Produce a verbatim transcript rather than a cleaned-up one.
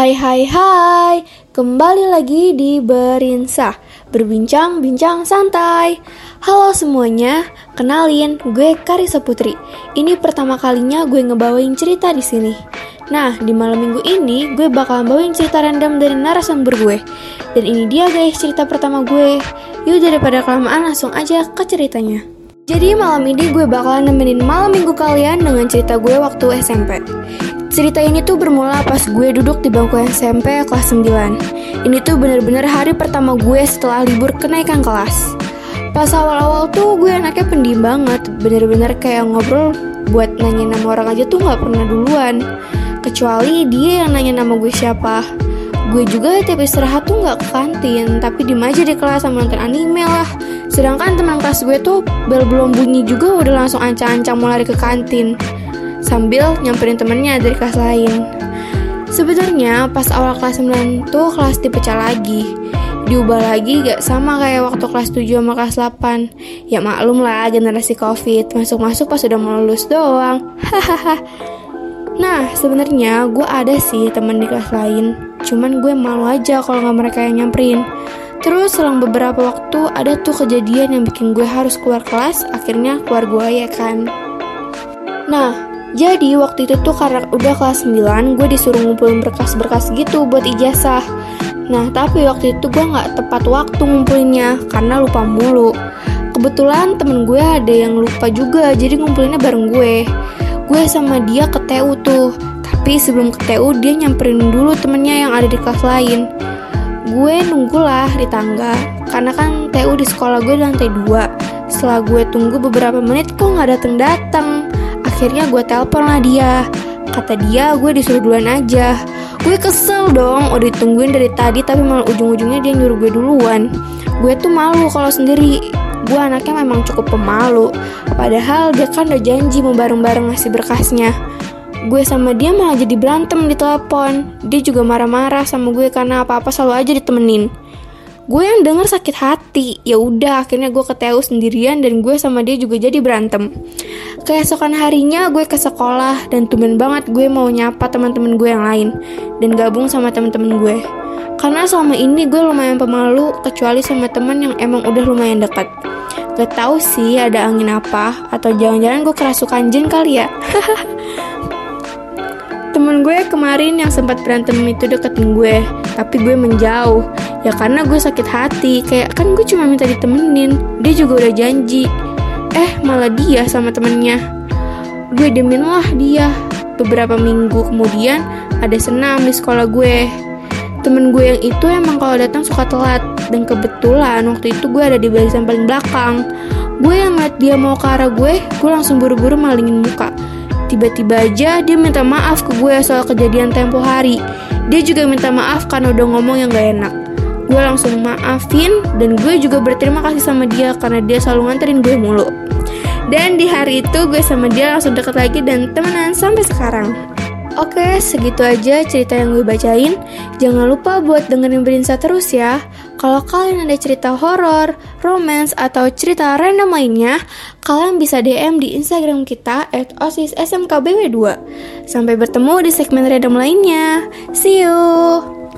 Hai hai hai, kembali lagi di Berinsah, berbincang-bincang santai. Halo semuanya, kenalin, gue Karissa Putri. Ini pertama kalinya gue ngebawain cerita di sini. Nah, di malam minggu ini gue bakalan bawain cerita random dari narasumber gue. Dan ini dia guys cerita pertama gue. Yuk daripada kelamaan langsung aja ke ceritanya. Jadi malam ini gue bakalan nemenin malam minggu kalian dengan cerita gue waktu S M P. Cerita ini tuh bermula pas gue duduk di bangku S M P kelas sembilan. Ini tuh bener-bener hari pertama gue setelah libur kenaikan kelas. Pas awal-awal tuh gue anaknya pendiam banget. Bener-bener kayak ngobrol buat nanya nama orang aja tuh gak pernah duluan. Kecuali dia yang nanya nama gue siapa. Gue juga tiap istirahat tuh gak ke kantin, tapi diem aja di kelas sama nonton anime lah. Sedangkan teman kelas gue tuh bel belum bunyi juga udah langsung ancang-ancang mau lari ke kantin sambil nyamperin temennya dari kelas lain. Sebenarnya pas awal kelas sembilan tuh kelas dipecah lagi, diubah lagi gak sama kayak waktu kelas tujuh sama kelas delapan. Ya maklum lah generasi covid, masuk-masuk pas udah mau lulus doang. Hahaha. Nah sebenarnya gue ada sih temen di kelas lain, cuman gue malu aja kalau gak mereka yang nyamperin. Terus selang beberapa waktu ada tuh kejadian yang bikin gue harus keluar kelas, akhirnya keluar gue ya kan. Nah jadi waktu itu tuh karena udah kelas sembilan, gue disuruh ngumpulin berkas-berkas gitu buat ijazah. Nah tapi waktu itu gue gak tepat waktu ngumpulinnya karena lupa mulu. Kebetulan temen gue ada yang lupa juga, jadi ngumpulinnya bareng gue. Gue sama dia ke T U tuh, tapi sebelum ke T U dia nyamperin dulu temennya yang ada di kelas lain. Gue nunggulah di tangga, karena kan T U di sekolah gue di lantai dua. Setelah gue tunggu beberapa menit kok gak dateng-dateng. Akhirnya gue telepon lah dia. Kata dia gue disuruh duluan aja. Gue kesel dong, udah ditungguin dari tadi tapi malah ujung-ujungnya dia nyuruh gue duluan. Gue tuh malu kalau sendiri. Gue anaknya memang cukup pemalu. Padahal dia kan udah janji mau bareng-bareng ngasih berkasnya. Gue sama dia malah jadi berantem di telepon. Dia juga marah-marah sama gue karena apa-apa selalu aja ditemenin. Gue yang denger sakit hati. Ya udah, akhirnya gue ke T U sendirian dan gue sama dia juga jadi berantem. Keesokan harinya gue ke sekolah dan tumben banget gue mau nyapa teman-teman gue yang lain dan gabung sama teman-teman gue. Karena selama ini gue lumayan pemalu kecuali sama teman yang emang udah lumayan dekat. Gak tahu sih ada angin apa atau jangan-jangan gue kerasukan jin kali ya. Temen gue kemarin yang sempat berantem itu deketin gue, tapi gue menjauh. Ya karena gue sakit hati, kayak kan gue cuma minta ditemenin, dia juga udah janji. Eh malah dia sama temennya. Gue demin lah dia. Beberapa minggu kemudian ada senam di sekolah gue. Temen gue yang itu emang kalau datang suka telat. Dan kebetulan waktu itu gue ada di barisan paling belakang. Gue yang ngeliat dia mau ke arah gue, gue langsung buru-buru malingin muka. Tiba-tiba aja dia minta maaf ke gue soal kejadian tempo hari. Dia juga minta maaf karena udah ngomong yang gak enak. Gue langsung maafin dan gue juga berterima kasih sama dia karena dia selalu nganterin gue mulu. Dan di hari itu gue sama dia langsung deket lagi dan temenan sampai sekarang. Oke, segitu aja cerita yang gue bacain. Jangan lupa buat dengerin Berinsah terus ya. Kalau kalian ada cerita horor, romance, atau cerita random lainnya, kalian bisa D M di Instagram kita at osis s m k b w dua. Sampai bertemu di segmen random lainnya. See you!